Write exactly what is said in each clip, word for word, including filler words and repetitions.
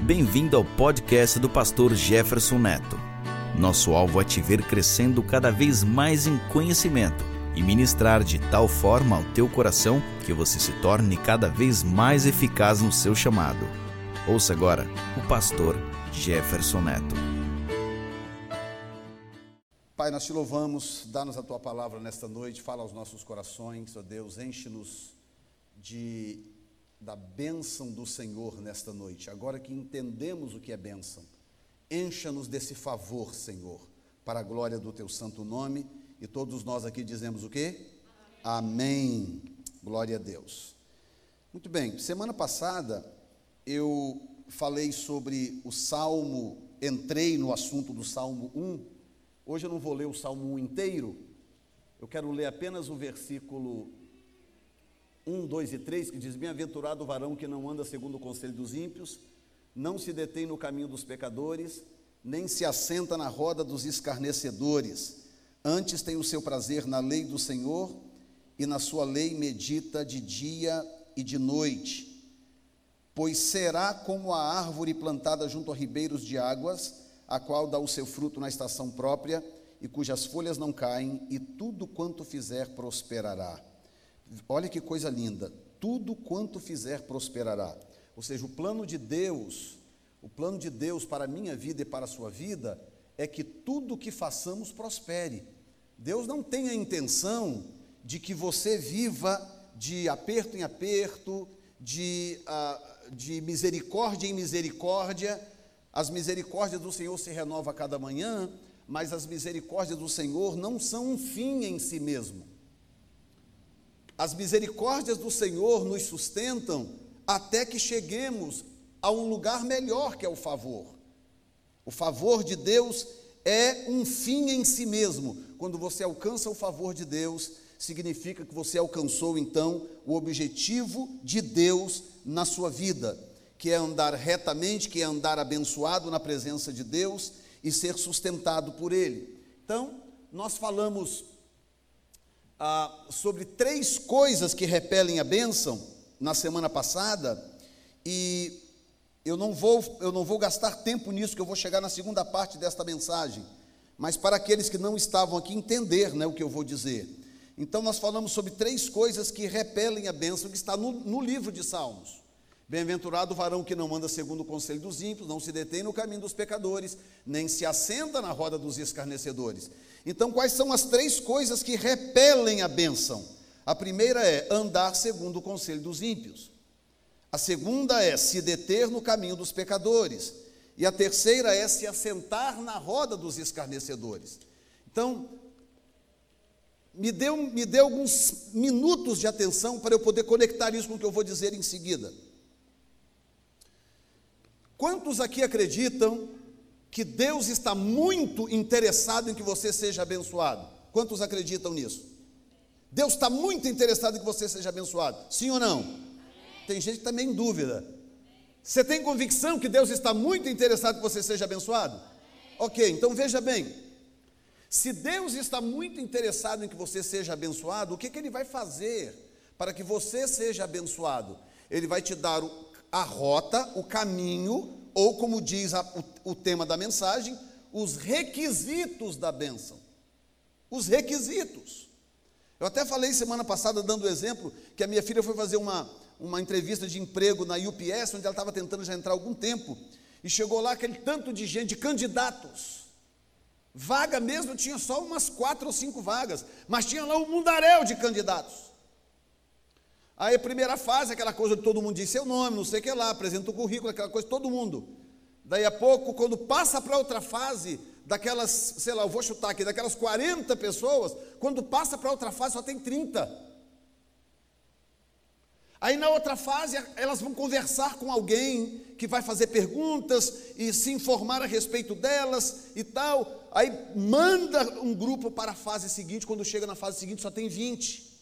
Bem-vindo ao podcast do pastor Jefferson Neto. Nosso alvo é te ver crescendo cada vez mais em conhecimento e ministrar de tal forma ao teu coração que você se torne cada vez mais eficaz no seu chamado. Ouça agora o pastor Jefferson Neto. Pai, nós te louvamos, dá-nos a tua palavra nesta noite, fala aos nossos corações, ó Deus, enche-nos de, da bênção do Senhor nesta noite. Agora que entendemos o que é bênção, encha-nos desse favor, Senhor, para a glória do teu santo nome. E todos nós aqui dizemos o quê? Amém. Amém. Glória a Deus. Muito bem, semana passada eu falei sobre o Salmo, entrei no assunto do Salmo um. Hoje eu não vou ler o Salmo um inteiro, eu quero ler apenas o versículo um, dois e três, que diz: Bem-aventurado o varão que não anda segundo o conselho dos ímpios, não se detém no caminho dos pecadores, nem se assenta na roda dos escarnecedores. Antes tem o seu prazer na lei do Senhor, e na sua lei medita de dia e de noite. Pois será como a árvore plantada junto a ribeiros de águas, a qual dá o seu fruto na estação própria, e cujas folhas não caem, e tudo quanto fizer prosperará. Olha que coisa linda, tudo quanto fizer prosperará. Ou seja, o plano de Deus, o plano de Deus para a minha vida e para a sua vida, é que tudo que façamos prospere. Deus não tem a intenção de que você viva de aperto em aperto, de, uh, de misericórdia em misericórdia. As misericórdias do Senhor se renovam a cada manhã, mas as misericórdias do Senhor não são um fim em si mesmo. As misericórdias do Senhor nos sustentam até que cheguemos a um lugar melhor, que é o favor. O favor de Deus é um fim em si mesmo. Quando você alcança o favor de Deus, significa que você alcançou então o objetivo de Deus na sua vida, que é andar retamente, que é andar abençoado na presença de Deus e ser sustentado por Ele. Então, nós falamos ah, sobre três coisas que repelem a bênção na semana passada, e eu não vou, eu não vou gastar tempo nisso, que eu vou chegar na segunda parte desta mensagem, mas para aqueles que não estavam aqui entender, né, o que eu vou dizer. Então, nós falamos sobre três coisas que repelem a bênção, que está no, no livro de Salmos. Bem-aventurado o varão que não anda segundo o conselho dos ímpios, não se detém no caminho dos pecadores, nem se assenta na roda dos escarnecedores. Então, quais são as três coisas que repelem a bênção? A primeira é andar segundo o conselho dos ímpios. A segunda é se deter no caminho dos pecadores. E a terceira é se assentar na roda dos escarnecedores. Então, me dê, me dê alguns minutos de atenção para eu poder conectar isso com o que eu vou dizer em seguida. Quantos aqui acreditam que Deus está muito interessado em que você seja abençoado? Quantos acreditam nisso? Deus está muito interessado em que você seja abençoado, sim ou não? Tem gente que está meio em dúvida. Você tem convicção que Deus está muito interessado em que você seja abençoado? Ok, então veja bem, se Deus está muito interessado em que você seja abençoado, o que, que Ele vai fazer para que você seja abençoado? Ele vai te dar o a rota, o caminho, ou como diz a, o, o tema da mensagem, os requisitos da bênção. Os requisitos. Eu até falei semana passada, dando o exemplo, que a minha filha foi fazer uma, uma entrevista de emprego na U P S, onde ela estava tentando já entrar há algum tempo, e chegou lá aquele tanto de gente, de candidatos. Vaga mesmo, tinha só umas quatro ou cinco vagas, mas tinha lá um mundaréu de candidatos. Aí a primeira fase, aquela coisa de todo mundo diz seu nome, não sei o que lá, apresenta o currículo, aquela coisa, todo mundo. Daí a pouco, quando passa para outra fase, daquelas, sei lá, eu vou chutar aqui, daquelas quarenta pessoas, quando passa para outra fase só tem trinta. Aí na outra fase, elas vão conversar com alguém que vai fazer perguntas e se informar a respeito delas e tal. Aí manda um grupo para a fase seguinte, quando chega na fase seguinte só tem vinte.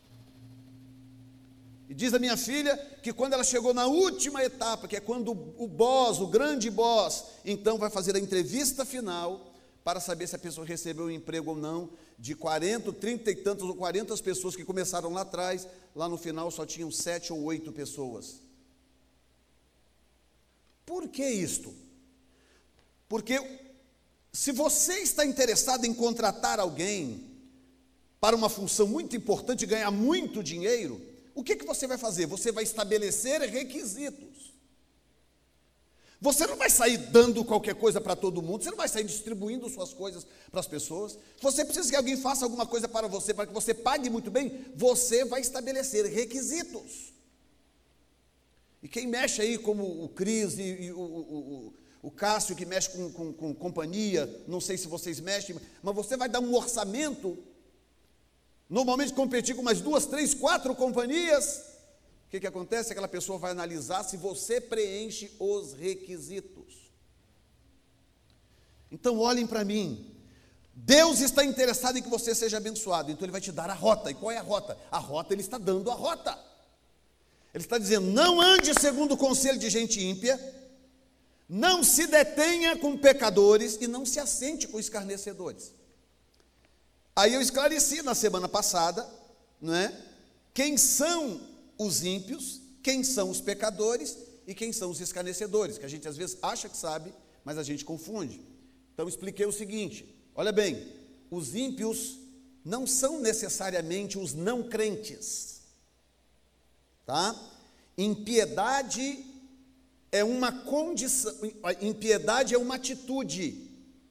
E diz a minha filha que quando ela chegou na última etapa, que é quando o boss, o grande boss, então vai fazer a entrevista final para saber se a pessoa recebeu o emprego ou não, de quarenta, trinta e tantas ou quarenta pessoas que começaram lá atrás, lá no final só tinham sete ou oito pessoas. Por que isto? Porque se você está interessado em contratar alguém para uma função muito importante, ganhar muito dinheiro, o que, que você vai fazer? Você vai estabelecer requisitos. Você não vai sair dando qualquer coisa para todo mundo, você não vai sair distribuindo suas coisas para as pessoas. Você precisa que alguém faça alguma coisa para você, para que você pague muito bem, você vai estabelecer requisitos. E quem mexe aí, como o Cris e, e o, o, o, o Cássio, que mexe com, com, com companhia, não sei se vocês mexem, mas você vai dar um orçamento, normalmente competir com umas duas, três, quatro companhias. O que, que acontece? Aquela pessoa vai analisar se você preenche os requisitos. Então olhem para mim, Deus está interessado em que você seja abençoado, então Ele vai te dar a rota. E qual é a rota? A rota, Ele está dando a rota. Ele está dizendo, não ande segundo o conselho de gente ímpia, não se detenha com pecadores e não se assente com escarnecedores. Aí eu esclareci na semana passada, não é? Quem são os ímpios, quem são os pecadores e quem são os escarnecedores, que a gente às vezes acha que sabe, mas a gente confunde. Então expliquei o seguinte, olha bem, os ímpios não são necessariamente os não crentes, tá? Impiedade é uma condição, impiedade é uma atitude,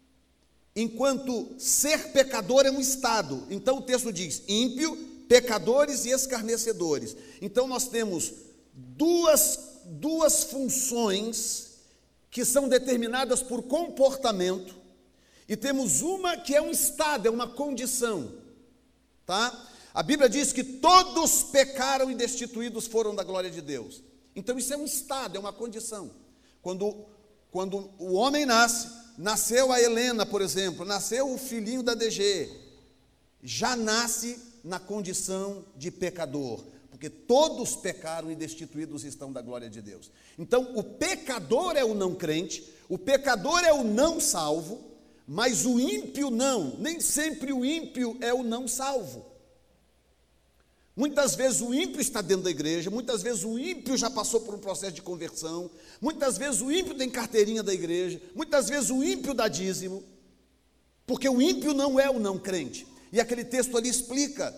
enquanto ser pecador é um estado. Então o texto diz, ímpio, pecadores e escarnecedores. Então nós temos duas, duas funções que são determinadas por comportamento, e temos uma que é um estado, é uma condição, tá? A Bíblia diz que todos pecaram e destituídos foram da glória de Deus. Então isso é um estado, é uma condição. Quando, quando o homem nasce, nasceu a Helena, por exemplo, nasceu o filhinho da D G, já nasce na condição de pecador, porque todos pecaram e destituídos estão da glória de Deus. Então o pecador é o não crente, o pecador é o não salvo, mas o ímpio não, nem sempre o ímpio é o não salvo. Muitas vezes o ímpio está dentro da igreja, muitas vezes o ímpio já passou por um processo de conversão, muitas vezes o ímpio tem carteirinha da igreja, muitas vezes o ímpio dá dízimo, porque o ímpio não é o não crente. E aquele texto ali explica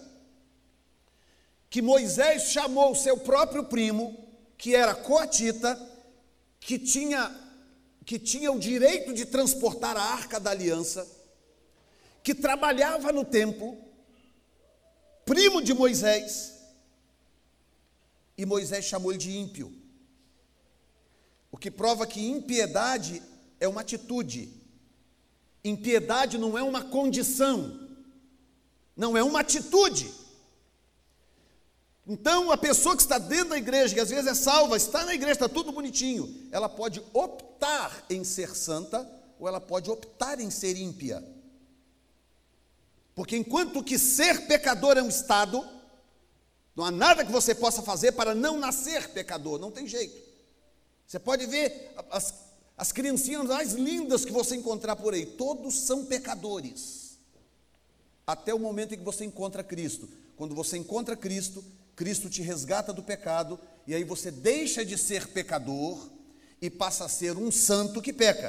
que Moisés chamou o seu próprio primo, que era coatita, que tinha, que tinha o direito de transportar a arca da aliança, que trabalhava no templo, primo de Moisés, e Moisés chamou ele de ímpio, o que prova que impiedade é uma atitude, impiedade não é uma condição, não é uma atitude. Então a pessoa que está dentro da igreja, que às vezes é salva, está na igreja, está tudo bonitinho, ela pode optar em ser santa, ou ela pode optar em ser ímpia. Porque enquanto que ser pecador é um estado, não há nada que você possa fazer para não nascer pecador, não tem jeito. Você pode ver as, as criancinhas mais lindas que você encontrar por aí, todos são pecadores, até o momento em que você encontra Cristo. Quando você encontra Cristo, Cristo te resgata do pecado, e aí você deixa de ser pecador e passa a ser um santo que peca.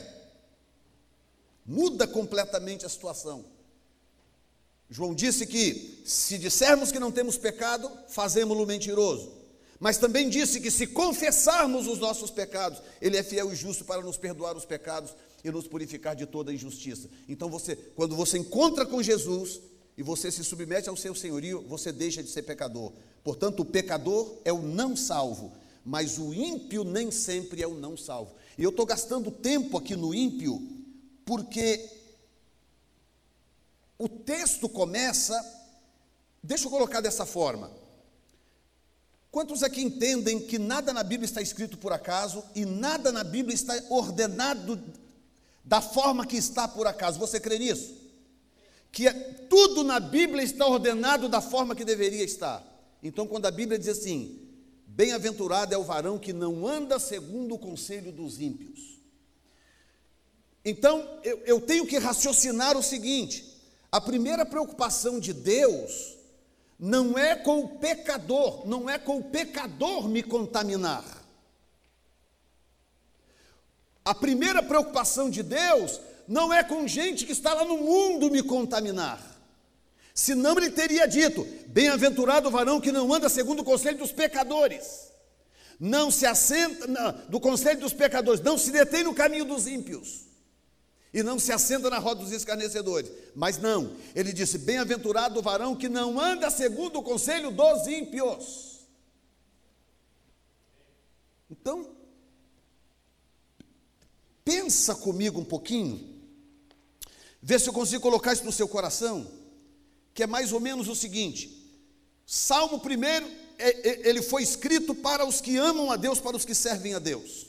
Muda completamente a situação. João disse que, se dissermos que não temos pecado, fazemo-lo mentiroso. Mas também disse que, se confessarmos os nossos pecados, Ele é fiel e justo para nos perdoar os pecados e nos purificar de toda injustiça. Então, você, quando você encontra com Jesus e você se submete ao seu senhorio, você deixa de ser pecador. Portanto, o pecador é o não salvo, mas o ímpio nem sempre é o não salvo. E eu estou gastando tempo aqui no ímpio, porque o texto começa, deixa eu colocar dessa forma. Quantos aqui entendem que nada na Bíblia está escrito por acaso e nada na Bíblia está ordenado da forma que está por acaso? Você crê nisso? Que tudo na Bíblia está ordenado da forma que deveria estar. Então, quando a Bíblia diz assim, bem-aventurado é o varão que não anda segundo o conselho dos ímpios. Então, eu, eu tenho que raciocinar o seguinte: a primeira preocupação de Deus não é com o pecador, não é com o pecador me contaminar. A primeira preocupação de Deus não é com gente que está lá no mundo me contaminar. Senão ele teria dito: bem-aventurado o varão que não anda segundo o conselho dos pecadores, não se assenta não, do conselho dos pecadores, não se detém no caminho dos ímpios, e não se assenta na roda dos escarnecedores. Mas não, ele disse: bem-aventurado o varão que não anda segundo o conselho dos ímpios. Então, pensa comigo um pouquinho, vê se eu consigo colocar isso no seu coração, que é mais ou menos o seguinte: Salmo primeiro, ele foi escrito para os que amam a Deus, para os que servem a Deus.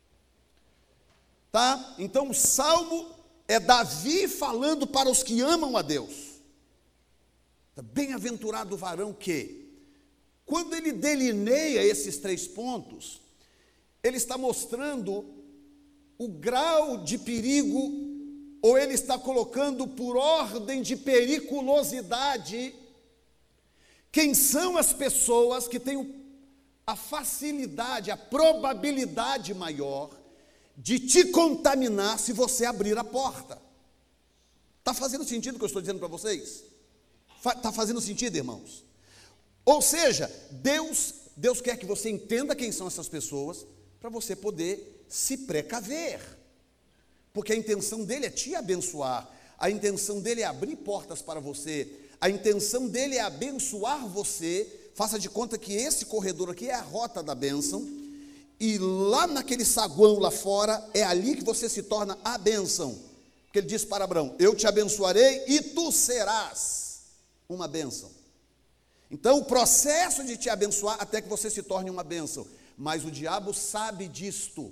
Tá? Então o Salmo é Davi falando para os que amam a Deus. Bem-aventurado o varão que, quando ele delineia esses três pontos, ele está mostrando o grau de perigo, ou ele está colocando por ordem de periculosidade quem são as pessoas que têm a facilidade, a probabilidade maior de te contaminar se você abrir a porta. Está fazendo sentido o que eu estou dizendo para vocês? Está fazendo sentido, irmãos? Ou seja, Deus, Deus quer que você entenda quem são essas pessoas, para você poder se precaver, porque a intenção dele é te abençoar, a intenção dele é abrir portas para você, a intenção dele é abençoar você. Faça de conta que esse corredor aqui é a rota da bênção, e lá naquele saguão lá fora, é ali que você se torna a bênção, porque ele diz para Abraão: eu te abençoarei e tu serás uma bênção. Então o processo de te abençoar até que você se torne uma bênção, mas o diabo sabe disto.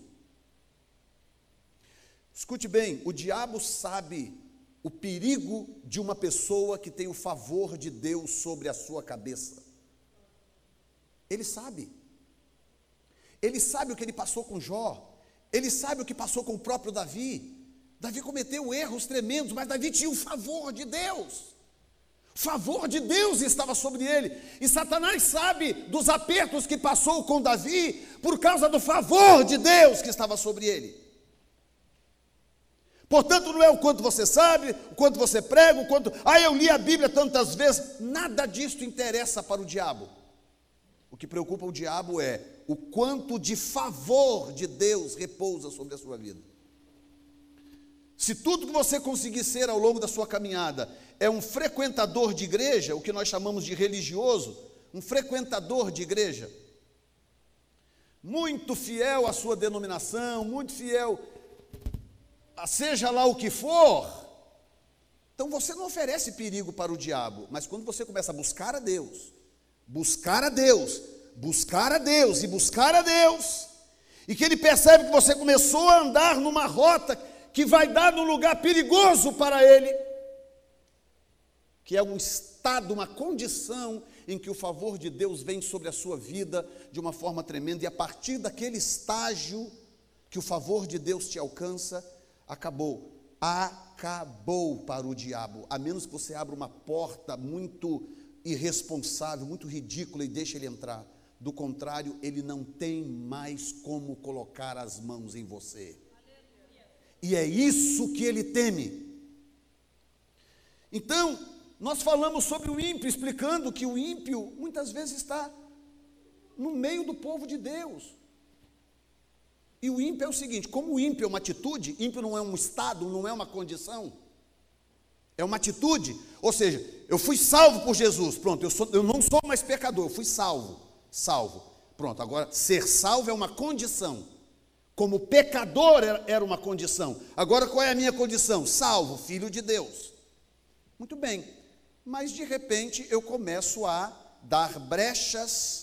Escute bem, o diabo sabe o perigo de uma pessoa que tem o favor de Deus sobre a sua cabeça. Ele sabe. Ele sabe o que ele passou com Jó. Ele sabe o que passou com o próprio Davi. Davi cometeu erros tremendos, mas Davi tinha o favor de Deus. O favor de Deus estava sobre ele. E Satanás sabe dos apertos que passou com Davi por causa do favor de Deus que estava sobre ele. Portanto, não é o quanto você sabe, o quanto você prega, o quanto... Ah, eu li a Bíblia tantas vezes. Nada disto interessa para o diabo. O que preocupa o diabo é o quanto de favor de Deus repousa sobre a sua vida. Se tudo que você conseguir ser ao longo da sua caminhada é um frequentador de igreja, o que nós chamamos de religioso, um frequentador de igreja, muito fiel à sua denominação, muito fiel a seja lá o que for, então você não oferece perigo para o diabo. Mas quando você começa a buscar a Deus, buscar a Deus, buscar a Deus e buscar a Deus, e que ele percebe que você começou a andar numa rota que vai dar num lugar perigoso para ele, que é um estado, uma condição em que o favor de Deus vem sobre a sua vida de uma forma tremenda, e a partir daquele estágio que o favor de Deus te alcança, acabou, acabou para o diabo, a menos que você abra uma porta muito irresponsável, muito ridícula e deixe ele entrar. Do contrário, ele não tem mais como colocar as mãos em você. E é isso que ele teme. Então, nós falamos sobre o ímpio, explicando que o ímpio muitas vezes está no meio do povo de Deus. E o ímpio é o seguinte: como o ímpio é uma atitude, ímpio não é um estado, não é uma condição, é uma atitude. Ou seja, eu fui salvo por Jesus, pronto, eu, sou, eu não sou mais pecador, eu fui salvo, salvo, pronto. Agora, ser salvo é uma condição, como pecador era, era uma condição. Agora, qual é a minha condição? Salvo, filho de Deus. Muito bem, mas de repente eu começo a dar brechas,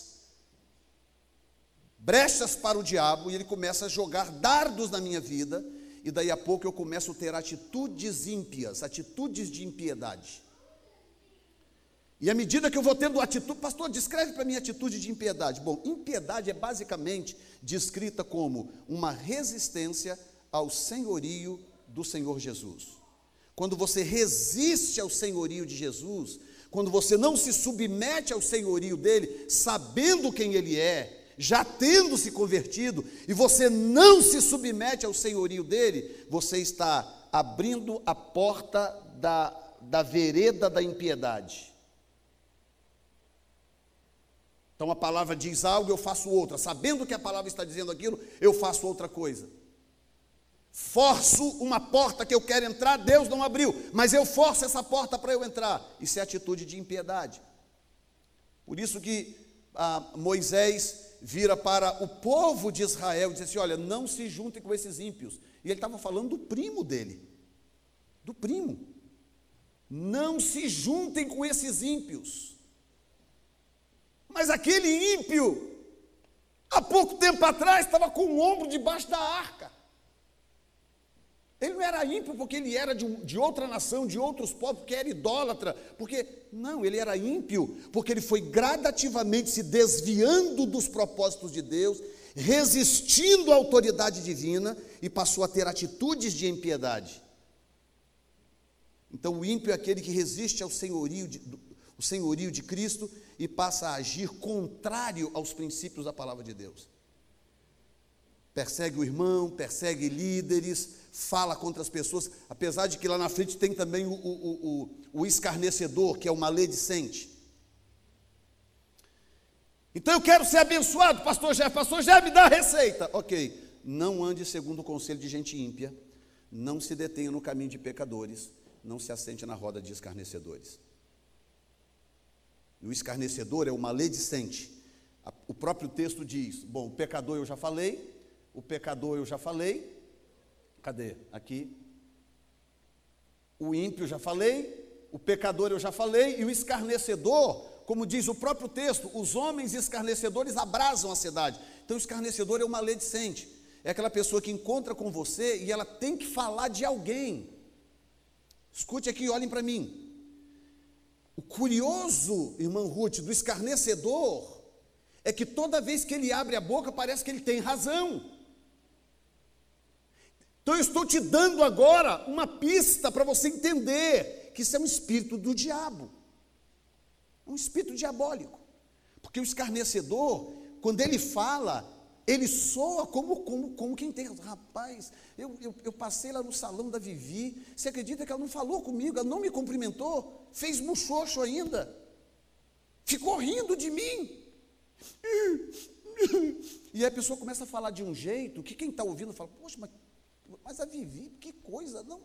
brechas para o diabo, e ele começa a jogar dardos na minha vida, e daí a pouco eu começo a ter atitudes ímpias, atitudes de impiedade. E à medida que eu vou tendo atitude, pastor, descreve para mim atitude de impiedade. Bom, impiedade é basicamente descrita como uma resistência ao senhorio do Senhor Jesus. Quando você resiste ao senhorio de Jesus, quando você não se submete ao senhorio dele, sabendo quem ele é, já tendo se convertido, e você não se submete ao senhorio dele, você está abrindo a porta da, da vereda da impiedade. Então a palavra diz algo, eu faço outra. Sabendo que a palavra está dizendo aquilo, eu faço outra coisa. Forço uma porta que eu quero entrar, Deus não abriu, mas eu forço essa porta para eu entrar. Isso é atitude de impiedade. Por isso que ah, Moisés vira para o povo de Israel e diz assim: olha, não se juntem com esses ímpios. E ele estava falando do primo dele, do primo. Não se juntem com esses ímpios. Mas aquele ímpio, há pouco tempo atrás, estava com o ombro debaixo da arca. Ele não era ímpio porque ele era de, um, de outra nação, de outros povos, porque era idólatra, porque, não, ele era ímpio porque ele foi gradativamente se desviando dos propósitos de Deus, resistindo à autoridade divina e passou a ter atitudes de impiedade. Então o ímpio é aquele que resiste ao senhorio de, o senhorio de Cristo e passa a agir contrário aos princípios da palavra de Deus. Persegue o irmão, persegue líderes, fala contra as pessoas, apesar de que lá na frente tem também o, o, o, o escarnecedor, que é o maledicente. Então eu quero ser abençoado, pastor Jeff, pastor Jeff, me dá a receita. Ok, não ande segundo o conselho de gente ímpia, não se detenha no caminho de pecadores, não se assente na roda de escarnecedores. E o escarnecedor é o maledicente. O próprio texto diz, bom, o pecador eu já falei, o pecador eu já falei, cadê? Aqui. O ímpio eu já falei, o pecador eu já falei, e o escarnecedor, como diz o próprio texto, os homens escarnecedores abrasam a cidade. Então o escarnecedor é o maledicente, é aquela pessoa que encontra com você e ela tem que falar de alguém. Escute aqui, olhem para mim. O curioso, irmã Ruth, do escarnecedor, é que toda vez que ele abre a boca, parece que ele tem razão. Então eu estou te dando agora uma pista para você entender que isso é um espírito do diabo, um espírito diabólico, porque o escarnecedor, quando ele fala, ele soa como, como, como quem tem, rapaz, eu, eu, eu passei lá no salão da Vivi, você acredita que ela não falou comigo, ela não me cumprimentou, fez muxoxo ainda, ficou rindo de mim, e aí a pessoa começa a falar de um jeito, que quem está ouvindo fala, poxa, mas, mas a Vivi, que coisa, não,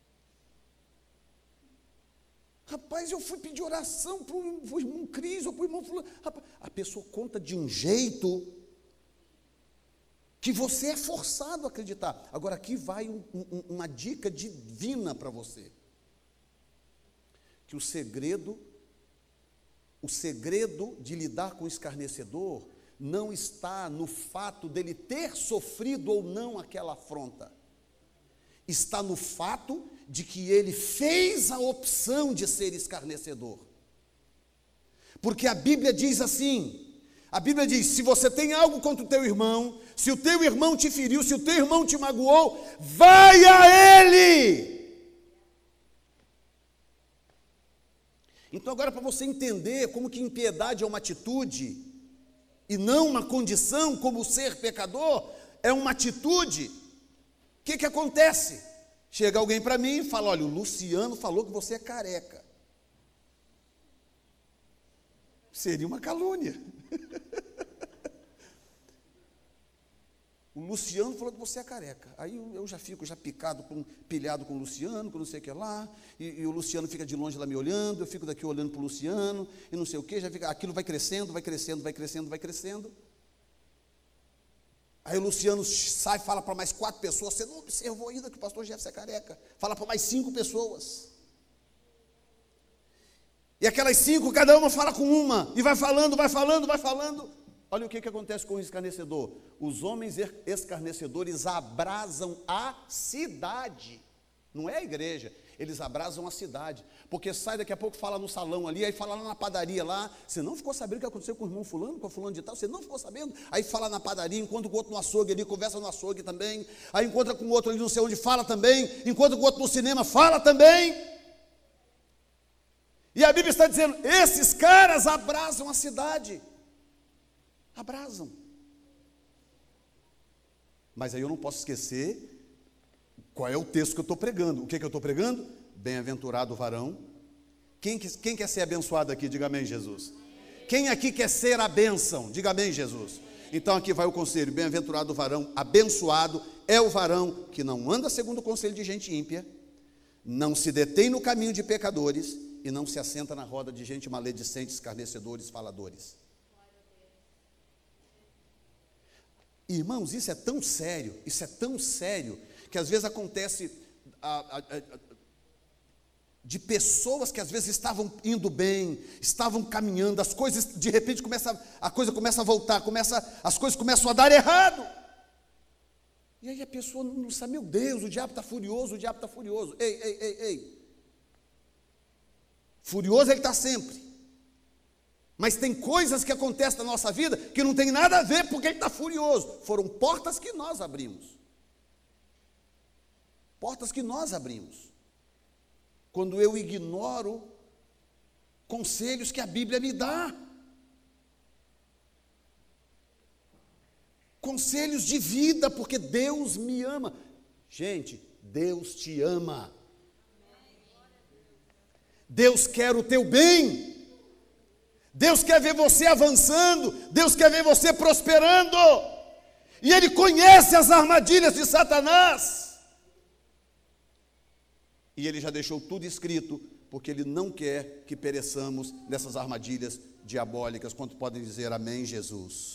rapaz, eu fui pedir oração para o irmão Cris, ou para o irmão fulano, rapaz, a pessoa conta de um jeito, que você é forçado a acreditar. Agora aqui vai um, um, uma dica divina para você, que o segredo, o segredo de lidar com o escarnecedor não está no fato dele ter sofrido ou não aquela afronta, está no fato de que ele fez a opção de ser escarnecedor, porque a Bíblia diz assim, a Bíblia diz, se você tem algo contra o teu irmão, se o teu irmão te feriu, se o teu irmão te magoou, vai a ele. Então agora para você entender como que impiedade é uma atitude, e não uma condição como ser pecador, é uma atitude, o que que acontece? Chega alguém para mim e fala, olha, o Luciano falou que você é careca. Seria uma calúnia. O Luciano falou que você é careca. Aí eu já fico já picado, com, pilhado com o Luciano, com não sei o que lá, e, e o Luciano fica de longe lá me olhando, eu fico daqui olhando para o Luciano, e não sei o que, já fica, aquilo vai crescendo, vai crescendo, vai crescendo, vai crescendo. Aí o Luciano sai e fala para mais quatro pessoas, você não observou ainda que o pastor Jefferson é careca, fala para mais cinco pessoas. E aquelas cinco, cada uma fala com uma, e vai falando, vai falando, vai falando. Olha o que, que acontece com o escarnecedor. Os homens escarnecedores abrasam a cidade, não é a igreja, eles abrasam a cidade, porque sai daqui a pouco, fala no salão ali, aí fala lá na padaria lá, você não ficou sabendo o que aconteceu com o irmão fulano, com o fulano de tal, você não ficou sabendo, aí fala na padaria, encontra com o outro no açougue ali, conversa no açougue também, aí encontra com o outro ali não sei onde, fala também, encontra com o outro no cinema, fala também. E a Bíblia está dizendo, esses caras abrasam a cidade, abrasam. Mas aí eu não posso esquecer qual é o texto que eu estou pregando. O que, que eu estou pregando? Bem-aventurado o varão. Quem, quem quer ser abençoado aqui? Diga amém, Jesus. Quem aqui quer ser a bênção? Diga amém, Jesus. Então aqui vai o conselho: bem-aventurado o varão, abençoado é o varão que não anda segundo o conselho de gente ímpia, não se detém no caminho de pecadores e não se assenta na roda de gente maledicente, escarnecedores, faladores. Irmãos, isso é tão sério, isso é tão sério, que às vezes acontece a, a, a, de pessoas que às vezes estavam indo bem, estavam caminhando, as coisas de repente começa, a coisa começa a voltar, começa, as coisas começam a dar errado. E aí a pessoa não sabe, meu Deus, o diabo está furioso, o diabo está furioso. Ei, ei, ei, ei. Furioso ele está sempre. Mas tem coisas que acontecem na nossa vida que não tem nada a ver porque ele está furioso. Foram portas que nós abrimos. Portas que nós abrimos. Quando eu ignoro conselhos que a Bíblia me dá. Conselhos de vida, porque Deus me ama. Gente, Deus te ama. Deus quer o teu bem. Deus quer ver você avançando. Deus quer ver você prosperando. E Ele conhece as armadilhas de Satanás. E Ele já deixou tudo escrito, porque Ele não quer que pereçamos nessas armadilhas diabólicas. Quanto podem dizer amém, Jesus?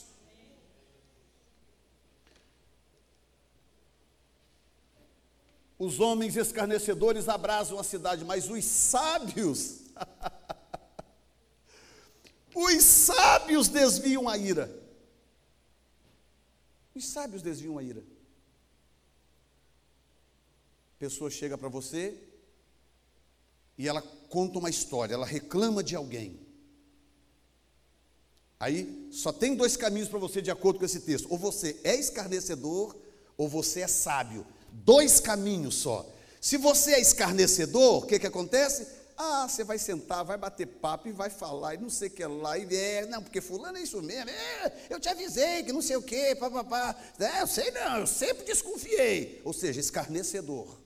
Os homens escarnecedores abrasam a cidade, mas os sábios, os sábios desviam a ira. Os sábios desviam a ira. A pessoa chega para você e ela conta uma história, ela reclama de alguém. Aí só tem dois caminhos para você de acordo com esse texto: ou você é escarnecedor ou você é sábio. Dois caminhos só. Se você é escarnecedor, o que que acontece? Ah, você vai sentar, vai bater papo e vai falar, e não sei o que lá, e é, não, porque fulano é isso mesmo, é, eu te avisei que não sei o que, papapá, é, eu sei não, eu sempre desconfiei. Ou seja, escarnecedor.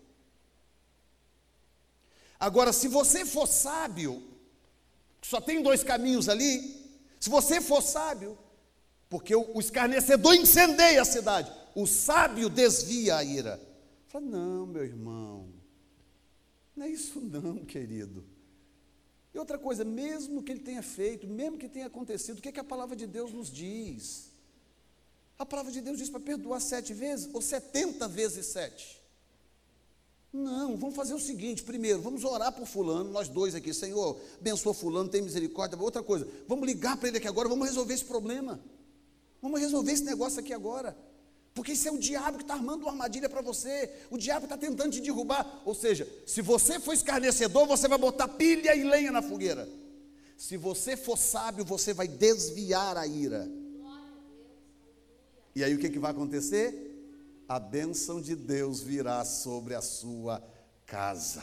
Agora, se você for sábio, só tem dois caminhos ali, se você for sábio, porque o, o escarnecedor incendeia a cidade, o sábio desvia a ira. Fala, não, meu irmão, não é isso não, querido. E outra coisa, mesmo que ele tenha feito, mesmo que tenha acontecido, o que, é que a palavra de Deus nos diz? A palavra de Deus diz para perdoar sete vezes ou setenta vezes sete. Não, vamos fazer o seguinte: primeiro, vamos orar por fulano, nós dois aqui, Senhor, abençoa fulano, tem misericórdia. Outra coisa, vamos ligar para ele aqui agora, vamos resolver esse problema. Vamos resolver esse negócio aqui agora. Porque isso é o diabo que está armando uma armadilha para você. O diabo está tentando te derrubar. Ou seja, se você for escarnecedor, você vai botar pilha e lenha na fogueira. Se você for sábio, você vai desviar a ira. E aí o que, que vai acontecer? A bênção de Deus virá sobre a sua casa.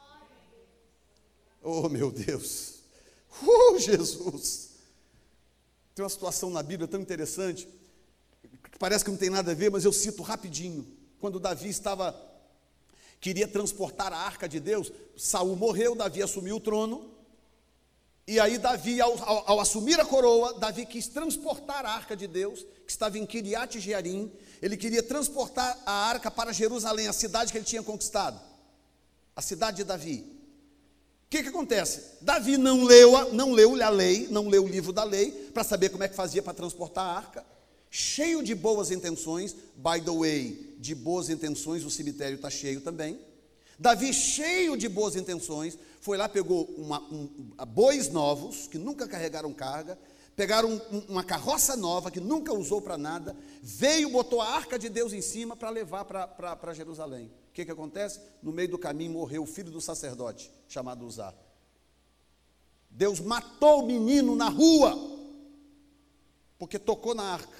Oh, meu Deus. Uh, Jesus. Tem uma situação na Bíblia tão interessante, que parece que não tem nada a ver, mas eu cito rapidinho. Quando Davi estava, queria transportar a arca de Deus, Saul morreu, Davi assumiu o trono, e aí Davi, ao, ao, ao assumir a coroa, Davi quis transportar a arca de Deus, que estava em Kiriat Jearim. Ele queria transportar a arca para Jerusalém, a cidade que ele tinha conquistado, a cidade de Davi. O que que acontece? Davi não leu, a, não leu a lei, não leu o livro da lei, para saber como é que fazia para transportar a arca, cheio de boas intenções. By the way, de boas intenções o cemitério está cheio também. Davi, cheio de boas intenções, foi lá, pegou uma, um, bois novos, que nunca carregaram carga, pegaram um, uma carroça nova, que nunca usou para nada, veio, botou a arca de Deus em cima para levar para Jerusalém. O que que acontece? No meio do caminho morreu o filho do sacerdote, chamado Uzá. Deus matou o menino na rua, porque tocou na arca.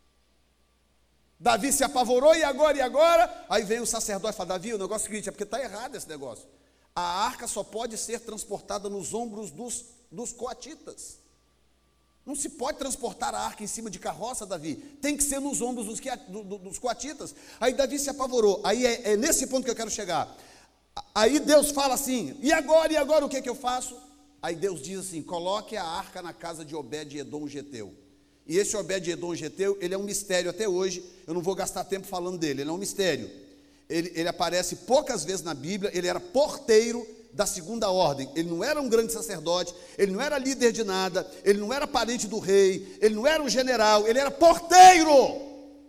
Davi se apavorou, e agora, e agora? Aí vem o sacerdote e fala: Davi, o negócio é o seguinte, é porque está errado esse negócio. A arca só pode ser transportada nos ombros dos, dos coatitas. Não se pode transportar a arca em cima de carroça, Davi. Tem que ser nos ombros dos, dos coatitas. Aí Davi se apavorou. Aí é, é nesse ponto que eu quero chegar. Aí Deus fala assim, e agora, e agora o que, é que eu faço? Aí Deus diz assim, coloque a arca na casa de Obed-edom geteu. E esse Obed-edom geteu, ele é um mistério até hoje, eu não vou gastar tempo falando dele, ele é um mistério. Ele, ele aparece poucas vezes na Bíblia, ele era porteiro da segunda ordem, ele não era um grande sacerdote, ele não era líder de nada, ele não era parente do rei, ele não era um general, ele era porteiro.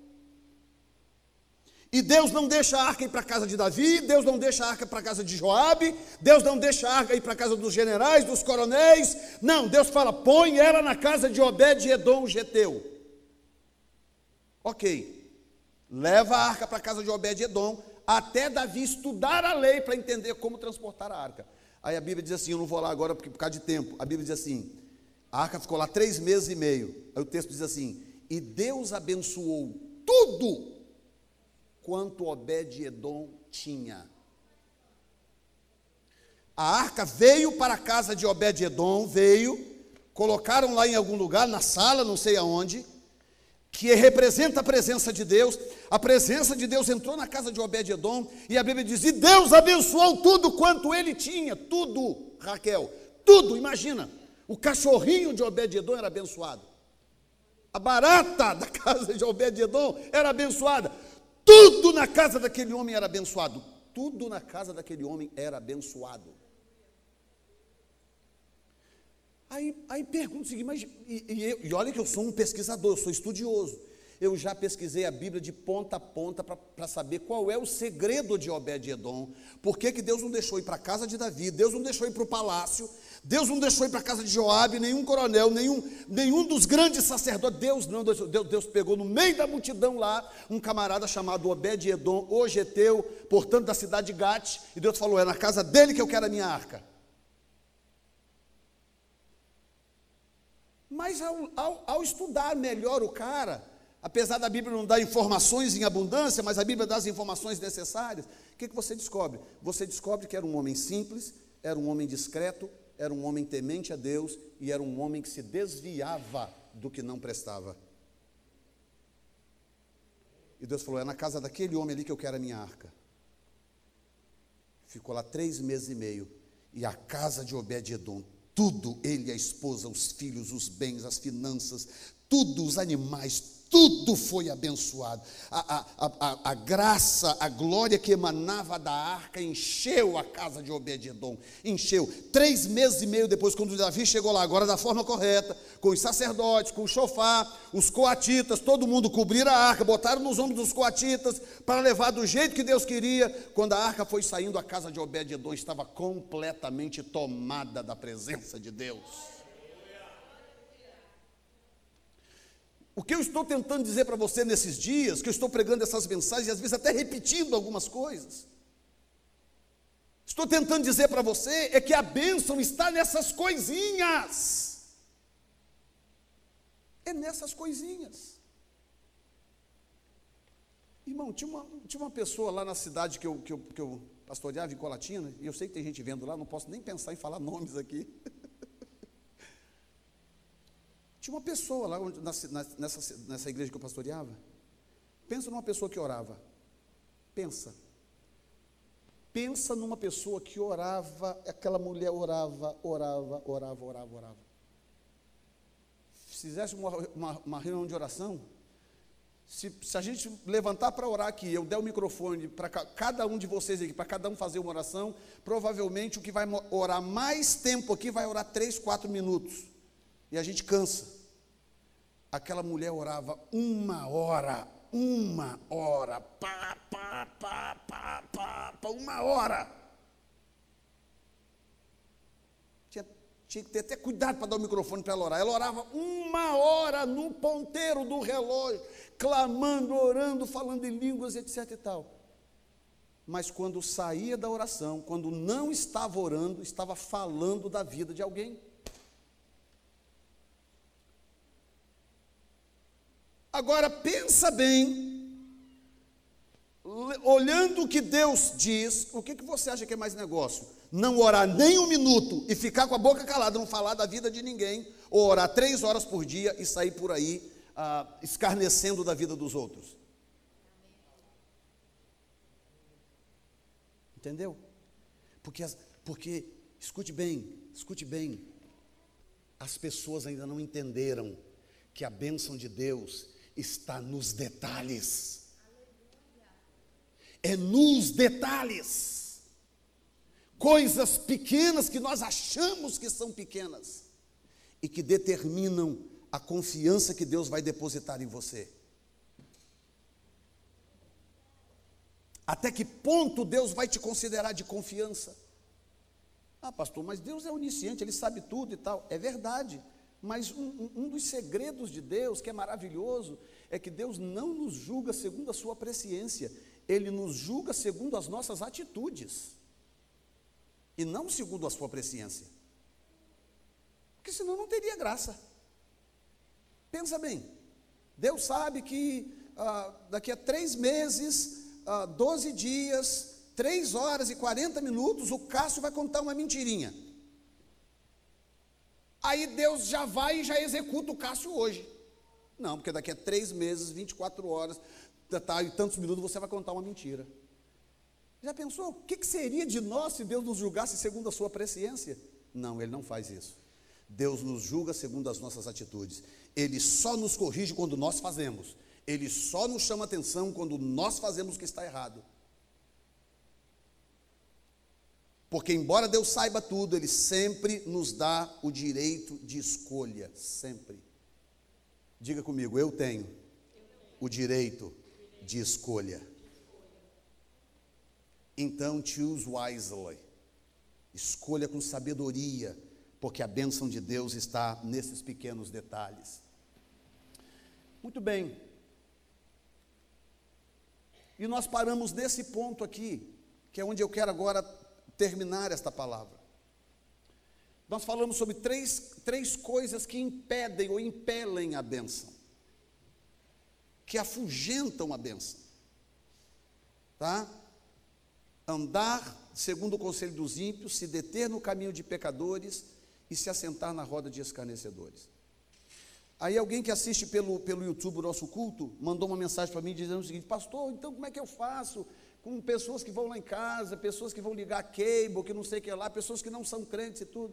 E Deus não deixa a arca ir para a casa de Davi, Deus não deixa a arca para a casa de Joabe, Deus não deixa a arca ir para a casa dos generais, dos coronéis, não, Deus fala, põe ela na casa de Obed-edom geteu. Ok, leva a arca para a casa de Obed-edom, até Davi estudar a lei para entender como transportar a arca. Aí a Bíblia diz assim, eu não vou lá agora porque por causa de tempo, a Bíblia diz assim, a arca ficou lá três meses e meio, aí o texto diz assim, e Deus abençoou tudo quanto Obed-edom tinha. A arca veio para a casa de Obed-edom, veio, colocaram lá em algum lugar, na sala, não sei aonde, que representa a presença de Deus. A presença de Deus entrou na casa de Obed-edom, e a Bíblia diz, e Deus abençoou tudo quanto ele tinha, tudo, Raquel, tudo, imagina, o cachorrinho de Obed-edom era abençoado, a barata da casa de Obed-edom era abençoada, tudo na casa daquele homem era abençoado, tudo na casa daquele homem era abençoado. Aí, aí pergunto o seguinte, mas, e, e, e olha que eu sou um pesquisador, eu sou estudioso, eu já pesquisei a Bíblia de ponta a ponta para saber qual é o segredo de Obed-edom, por que que Deus não deixou ir para a casa de Davi, Deus não deixou ir para o palácio, Deus não deixou ir para a casa de Joabe, nenhum coronel, nenhum, nenhum dos grandes sacerdotes, Deus não, Deus, Deus pegou no meio da multidão lá, um camarada chamado Obed-edom, o geteu, portanto da cidade de Gate, e Deus falou, é na casa dele que eu quero a minha arca. Mas ao, ao, ao estudar melhor o cara, apesar da Bíblia não dar informações em abundância, mas a Bíblia dá as informações necessárias, o que, que você descobre? Você descobre que era um homem simples, era um homem discreto, era um homem temente a Deus, e era um homem que se desviava do que não prestava. E Deus falou, é na casa daquele homem ali que eu quero a minha arca. Ficou lá três meses e meio, e a casa de Obed-edom, tudo, ele, a esposa, os filhos, os bens, as finanças, tudo, os animais, tudo foi abençoado. A, a, a, a graça, a glória que emanava da arca encheu a casa de Obed-edom, encheu. Três meses e meio depois, quando Davi chegou lá, agora da forma correta, com os sacerdotes, com o chofar, os coatitas, todo mundo cobriram a arca, botaram nos ombros dos coatitas, para levar do jeito que Deus queria. Quando a arca foi saindo, a casa de Obed-edom estava completamente tomada da presença de Deus. O que eu estou tentando dizer para você nesses dias, que eu estou pregando essas mensagens, e às vezes até repetindo algumas coisas, estou tentando dizer para você, é que a bênção está nessas coisinhas, é nessas coisinhas. Irmão, tinha uma, tinha uma pessoa lá na cidade que eu, que, eu, que eu pastoreava, em Colatina, e eu sei que tem gente vendo lá, não posso nem pensar em falar nomes aqui. Tinha uma pessoa lá nessa, nessa igreja que eu pastoreava. Pensa numa pessoa que orava. Pensa. Pensa numa pessoa que orava, aquela mulher orava, orava, orava, orava, orava. Se fizesse uma, uma, uma reunião de oração, se, se a gente levantar para orar aqui, eu der o microfone para cada um de vocês aqui, para cada um fazer uma oração, provavelmente o que vai orar mais tempo aqui vai orar três, quatro minutos. E a gente cansa. Aquela mulher orava uma hora, uma hora, pá, pá, pá, pá, pá, pá, uma hora. Tinha, tinha que ter até cuidado para dar o microfone para ela orar. Ela orava uma hora no ponteiro do relógio, clamando, orando, falando em línguas, etc e tal. Mas quando saía da oração, quando não estava orando, estava falando da vida de alguém. Agora pensa bem, olhando o que Deus diz, o que, que você acha que é mais negócio? Não orar nem um minuto e ficar com a boca calada, não falar da vida de ninguém, ou orar três horas por dia e sair por aí ah, escarnecendo da vida dos outros? Entendeu? Porque, porque escute bem, escute bem, as pessoas ainda não entenderam que a bênção de Deus está nos detalhes. É nos detalhes. Coisas pequenas que nós achamos que são pequenas e que determinam a confiança que Deus vai depositar em você. Até que ponto Deus vai te considerar de confiança? Ah, pastor, mas Deus é onisciente, Ele sabe tudo e tal. É verdade, mas um, um dos segredos de Deus, que é maravilhoso, é que Deus não nos julga segundo a sua presciência, Ele nos julga segundo as nossas atitudes, e não segundo a sua presciência, porque senão não teria graça. Pensa bem, Deus sabe que ah, daqui a três meses, ah, doze dias, três horas e quarenta minutos, o Cássio vai contar uma mentirinha. Aí Deus já vai e já executa o Cássio hoje. Não, porque daqui a três meses, vinte e quatro horas, tá, e tantos minutos você vai contar uma mentira. Já pensou? O que, que seria de nós se Deus nos julgasse segundo a sua presciência? Não, Ele não faz isso. Deus nos julga segundo as nossas atitudes. Ele só nos corrige quando nós fazemos. Ele só nos chama atenção quando nós fazemos o que está errado. Porque embora Deus saiba tudo, Ele sempre nos dá o direito de escolha, sempre. Diga comigo, eu tenho o direito de escolha. Então, choose wisely. Escolha com sabedoria, porque a bênção de Deus está nesses pequenos detalhes. Muito bem. E nós paramos nesse ponto aqui, que é onde eu quero agora terminar esta palavra. Nós falamos sobre três, três coisas que impedem ou impelem a bênção, que afugentam a bênção, tá? Andar segundo o conselho dos ímpios, se deter no caminho de pecadores e se assentar na roda de escarnecedores. Aí alguém que assiste pelo, pelo YouTube o nosso culto, mandou uma mensagem para mim dizendo o seguinte: pastor, então como é que eu faço com pessoas que vão lá em casa, pessoas que vão ligar cable, que não sei o que lá, pessoas que não são crentes e tudo?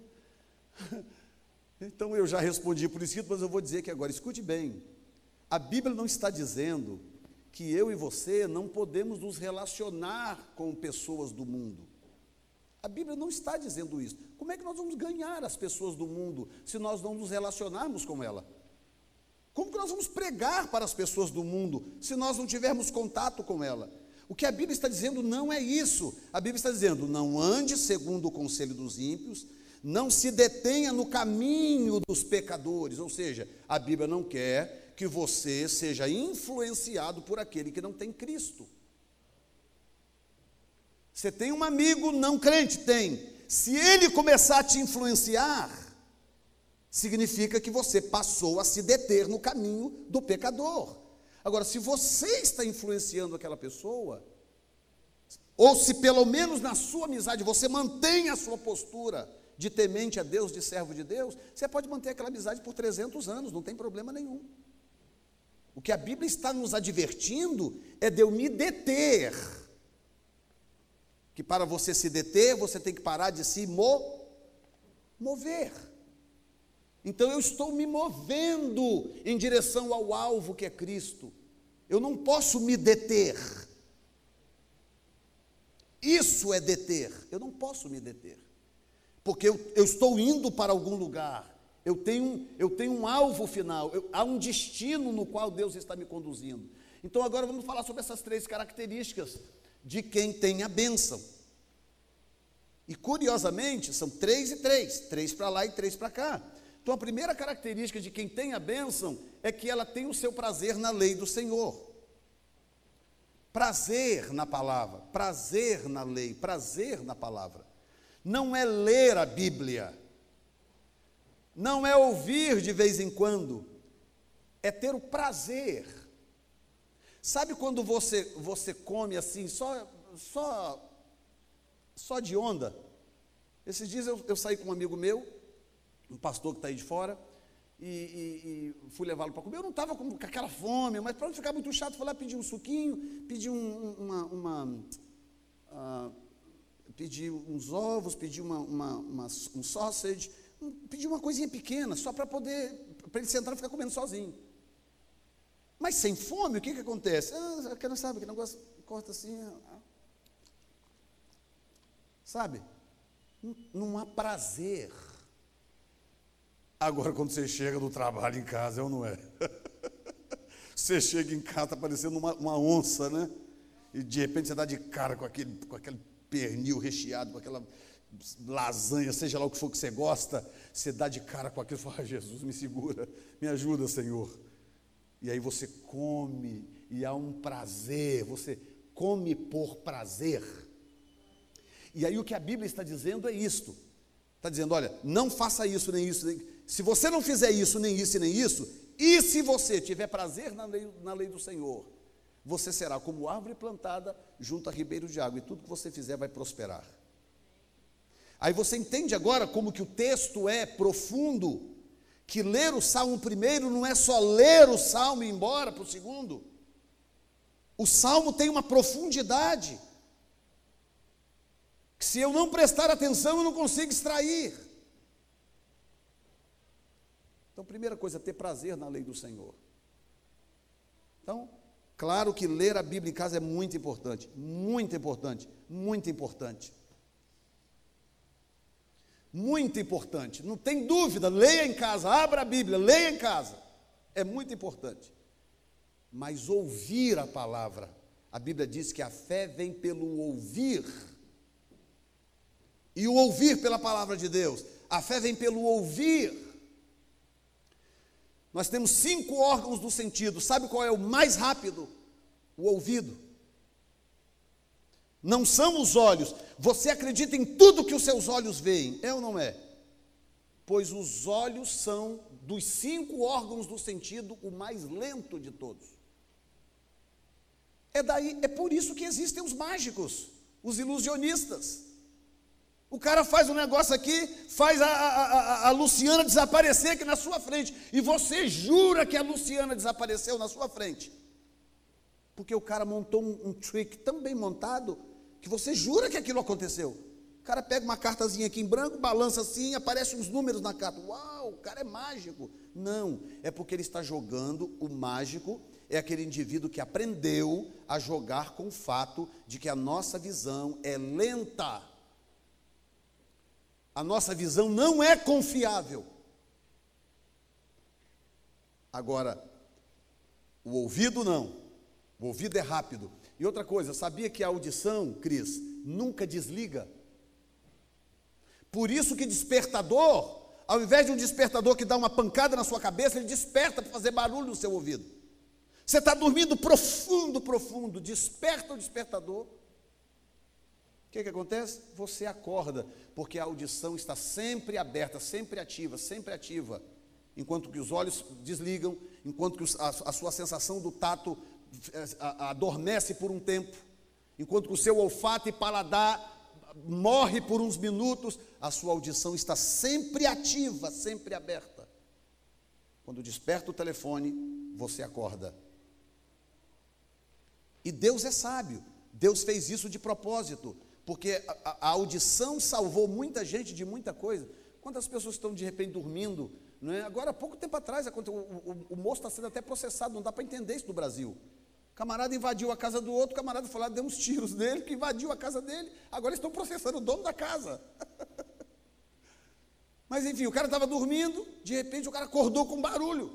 Então eu já respondi por escrito, mas eu vou dizer que agora, escute bem, a Bíblia não está dizendo que eu e você não podemos nos relacionar com pessoas do mundo. A Bíblia não está dizendo isso. Como é que nós vamos ganhar as pessoas do mundo se nós não nos relacionarmos com ela? Como que nós vamos pregar para as pessoas do mundo se nós não tivermos contato com ela? O que a Bíblia está dizendo não é isso. A Bíblia está dizendo: não ande segundo o conselho dos ímpios, não se detenha no caminho dos pecadores. Ou seja, a Bíblia não quer que você seja influenciado por aquele que não tem Cristo. Você tem um amigo não crente? Tem. Se ele começar a te influenciar, significa que você passou a se deter no caminho do pecador. Agora, se você está influenciando aquela pessoa, ou se pelo menos na sua amizade você mantém a sua postura de temente a Deus, de servo de Deus, você pode manter aquela amizade por trezentos anos, não tem problema nenhum. O que a Bíblia está nos advertindo é de eu me deter. Que para você se deter, você tem que parar de se mo- mover. Então eu estou me movendo em direção ao alvo que é Cristo. Eu não posso me deter. Isso é deter. Eu não posso me deter. Porque eu, eu estou indo para algum lugar. Eu tenho, eu tenho um alvo final. Eu, há um destino no qual Deus está me conduzindo. Então agora vamos falar sobre essas três características de quem tem a bênção. E curiosamente, são três e três. Três para lá e três para cá. Então a primeira característica de quem tem a bênção é que ela tem o seu prazer na lei do Senhor. Prazer na palavra, prazer na lei, prazer na palavra. Não é ler a Bíblia, não é ouvir de vez em quando, é ter o prazer. Sabe quando você, você come assim, só, só, só de onda? Esses dias eu, eu saí com um amigo meu, um pastor que está aí de fora, e, e, e fui levá-lo para comer. Eu não estava com aquela fome, mas para não ficar muito chato, fui lá pedir um suquinho, pedi um, uma, uma uh, pedi uns ovos, pedi uma, uma, uma, um sausage, um, pedi uma coisinha pequena, só para poder, para ele sentar e ficar comendo sozinho. Mas sem fome, o que que acontece? Ah, quem não sabe, que negócio corta assim, ah, sabe? Não, não há prazer. Agora, quando você chega do trabalho em casa, é ou não é? Você chega em casa, está parecendo uma, uma onça, né? E de repente você dá de cara com aquele, com aquele pernil recheado, com aquela lasanha, seja lá o que for que você gosta, você dá de cara com aquilo e fala, ah, Jesus, me segura, me ajuda, Senhor. E aí você come, e há um prazer, você come por prazer. E aí o que a Bíblia está dizendo é isto. Está dizendo, olha, não faça isso, nem isso, nem... se você não fizer isso, nem isso, nem isso, e se você tiver prazer na lei, na lei do Senhor, você será como árvore plantada junto a ribeiro de água, e tudo que você fizer vai prosperar. Aí você entende agora como que o texto é profundo, que ler o Salmo primeiro não é só ler o Salmo e ir embora para o segundo. O Salmo tem uma profundidade, que se eu não prestar atenção, eu não consigo extrair. Então, primeira coisa, ter prazer na lei do Senhor. Então, claro que ler a Bíblia em casa é muito importante, muito importante, muito importante. Muito importante, não tem dúvida, leia em casa, abra a Bíblia, leia em casa, é muito importante. Mas ouvir a palavra, a Bíblia diz que a fé vem pelo ouvir, e o ouvir pela palavra de Deus, a fé vem pelo ouvir. Nós temos cinco órgãos do sentido, sabe qual é o mais rápido? O ouvido. Não são os olhos. Você acredita em tudo que os seus olhos veem, é ou não é? Pois os olhos são, dos cinco órgãos do sentido, o mais lento de todos. É daí, é por isso que existem os mágicos, os ilusionistas. O cara faz um negócio aqui, faz a, a, a, a Luciana desaparecer aqui na sua frente, e você jura que a Luciana desapareceu na sua frente. Porque o cara montou um, um trick tão bem montado, que você jura que aquilo aconteceu. O cara pega uma cartazinha aqui em branco, balança assim, aparecem uns números na carta. Uau, o cara é mágico. Não, é porque ele está jogando, o mágico é aquele indivíduo que aprendeu a jogar com o fato de que a nossa visão é lenta. A nossa visão não é confiável. Agora, o ouvido não. O ouvido é rápido. E outra coisa, sabia que a audição, Cris, nunca desliga? Por isso que despertador, ao invés de um despertador que dá uma pancada na sua cabeça, ele desperta para fazer barulho no seu ouvido. Você está dormindo profundo, profundo, desperta o despertador. O que que acontece? Você acorda, porque a audição está sempre aberta, sempre ativa, sempre ativa. Enquanto que os olhos desligam, enquanto que a, a sua sensação do tato adormece por um tempo, enquanto que o seu olfato e paladar morre por uns minutos, a sua audição está sempre ativa, sempre aberta. Quando desperta o telefone, você acorda. E Deus é sábio, Deus fez isso de propósito, porque a, a audição salvou muita gente de muita coisa. Quantas pessoas estão de repente dormindo, não é? Agora, há pouco tempo atrás, o, o, o moço está sendo até processado, não dá para entender isso no Brasil. O camarada invadiu a casa do outro, o camarada foi lá, deu uns tiros nele, que invadiu a casa dele, agora eles estão processando o dono da casa. Mas enfim, o cara estava dormindo, de repente o cara acordou com barulho.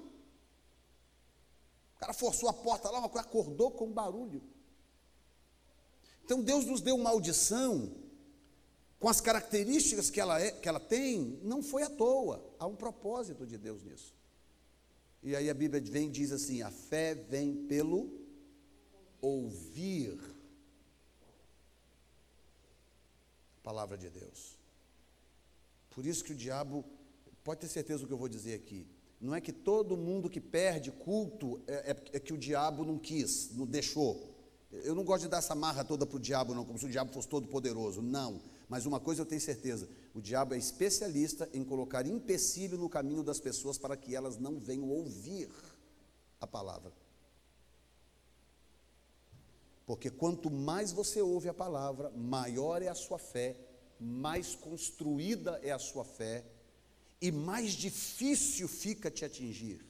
O cara forçou a porta lá, uma coisa, acordou com barulho. Então Deus nos deu uma audição com as características que ela, é, que ela tem, não foi à toa, há um propósito de Deus nisso. E aí a Bíblia vem e diz assim, a fé vem pelo ouvir a palavra de Deus. Por isso que o diabo, pode ter certeza do que eu vou dizer aqui, não é que todo mundo que perde culto é, é, é que o diabo não quis, não deixou. Eu não gosto de dar essa marra toda para o diabo não, como se o diabo fosse todo poderoso, não. Mas uma coisa eu tenho certeza, o diabo é especialista em colocar empecilho no caminho das pessoas para que elas não venham ouvir a palavra. Porque quanto mais você ouve a palavra, maior é a sua fé, mais construída é a sua fé e mais difícil fica te atingir.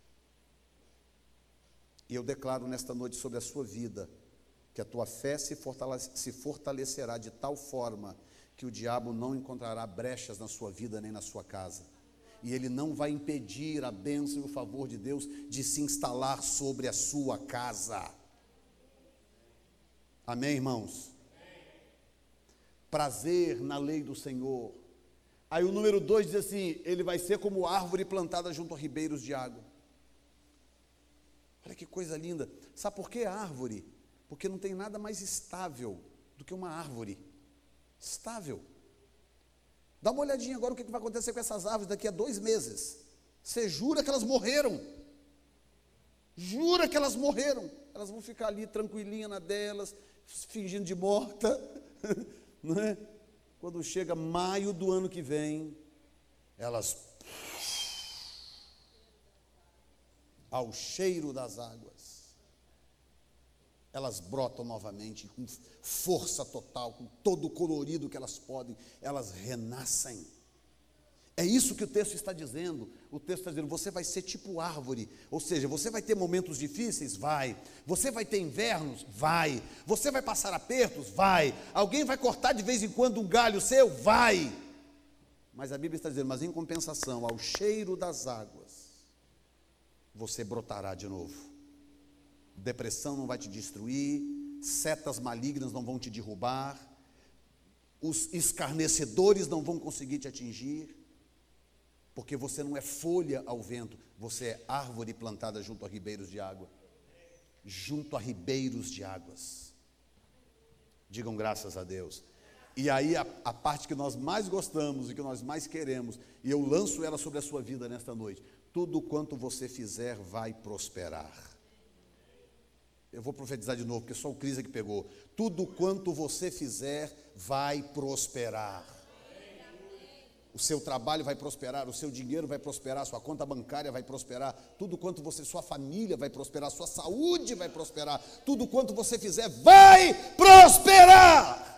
E eu declaro nesta noite sobre a sua vida, que a tua fé se fortalece, se fortalecerá de tal forma que o diabo não encontrará brechas na sua vida nem na sua casa. E ele não vai impedir a bênção e o favor de Deus de se instalar sobre a sua casa. Amém, irmãos? Prazer na lei do Senhor. Aí o número dois diz assim, ele vai ser como árvore plantada junto a ribeiros de água. Olha que coisa linda. Sabe por que árvore? Porque não tem nada mais estável do que uma árvore. Estável. Dá uma olhadinha agora o que vai acontecer com essas árvores daqui a dois meses. Você jura que elas morreram? Jura que elas morreram? Elas vão ficar ali tranquilinha na delas, fingindo de morta, não é? Quando chega maio do ano que vem, elas, ao cheiro das águas, elas brotam novamente com força total, com todo o colorido que elas podem, elas renascem. É isso que o texto está dizendo. O texto está dizendo, você vai ser tipo árvore, ou seja, você vai ter momentos difíceis? Vai. Você vai ter invernos? Vai. Você vai passar apertos? Vai. Alguém vai cortar de vez em quando um galho seu? Vai. Mas a Bíblia está dizendo, mas em compensação, ao cheiro das águas, você brotará de novo. Depressão não vai te destruir, setas malignas não vão te derrubar, os escarnecedores não vão conseguir te atingir, porque você não é folha ao vento, você é árvore plantada junto a ribeiros de água. Junto a ribeiros de águas. Digam graças a Deus. E aí a, a parte que nós mais gostamos e que nós mais queremos, e eu lanço ela sobre a sua vida nesta noite. Tudo quanto você fizer vai prosperar. Eu vou profetizar de novo, porque só o Cris é que pegou. Tudo quanto você fizer vai prosperar. O seu trabalho vai prosperar, o seu dinheiro vai prosperar, sua conta bancária vai prosperar, tudo quanto você, sua família vai prosperar, sua saúde vai prosperar, tudo quanto você fizer vai prosperar.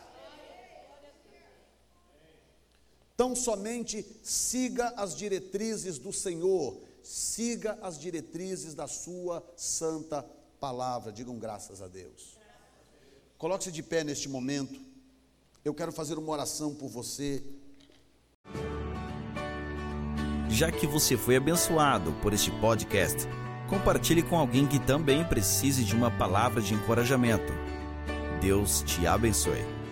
Então somente siga as diretrizes do Senhor, siga as diretrizes da sua santa palavra. Digam graças a Deus. Coloque-se de pé neste momento. Eu quero fazer uma oração por você. Já que você foi abençoado por este podcast, compartilhe com alguém que também precise de uma palavra de encorajamento. Deus te abençoe.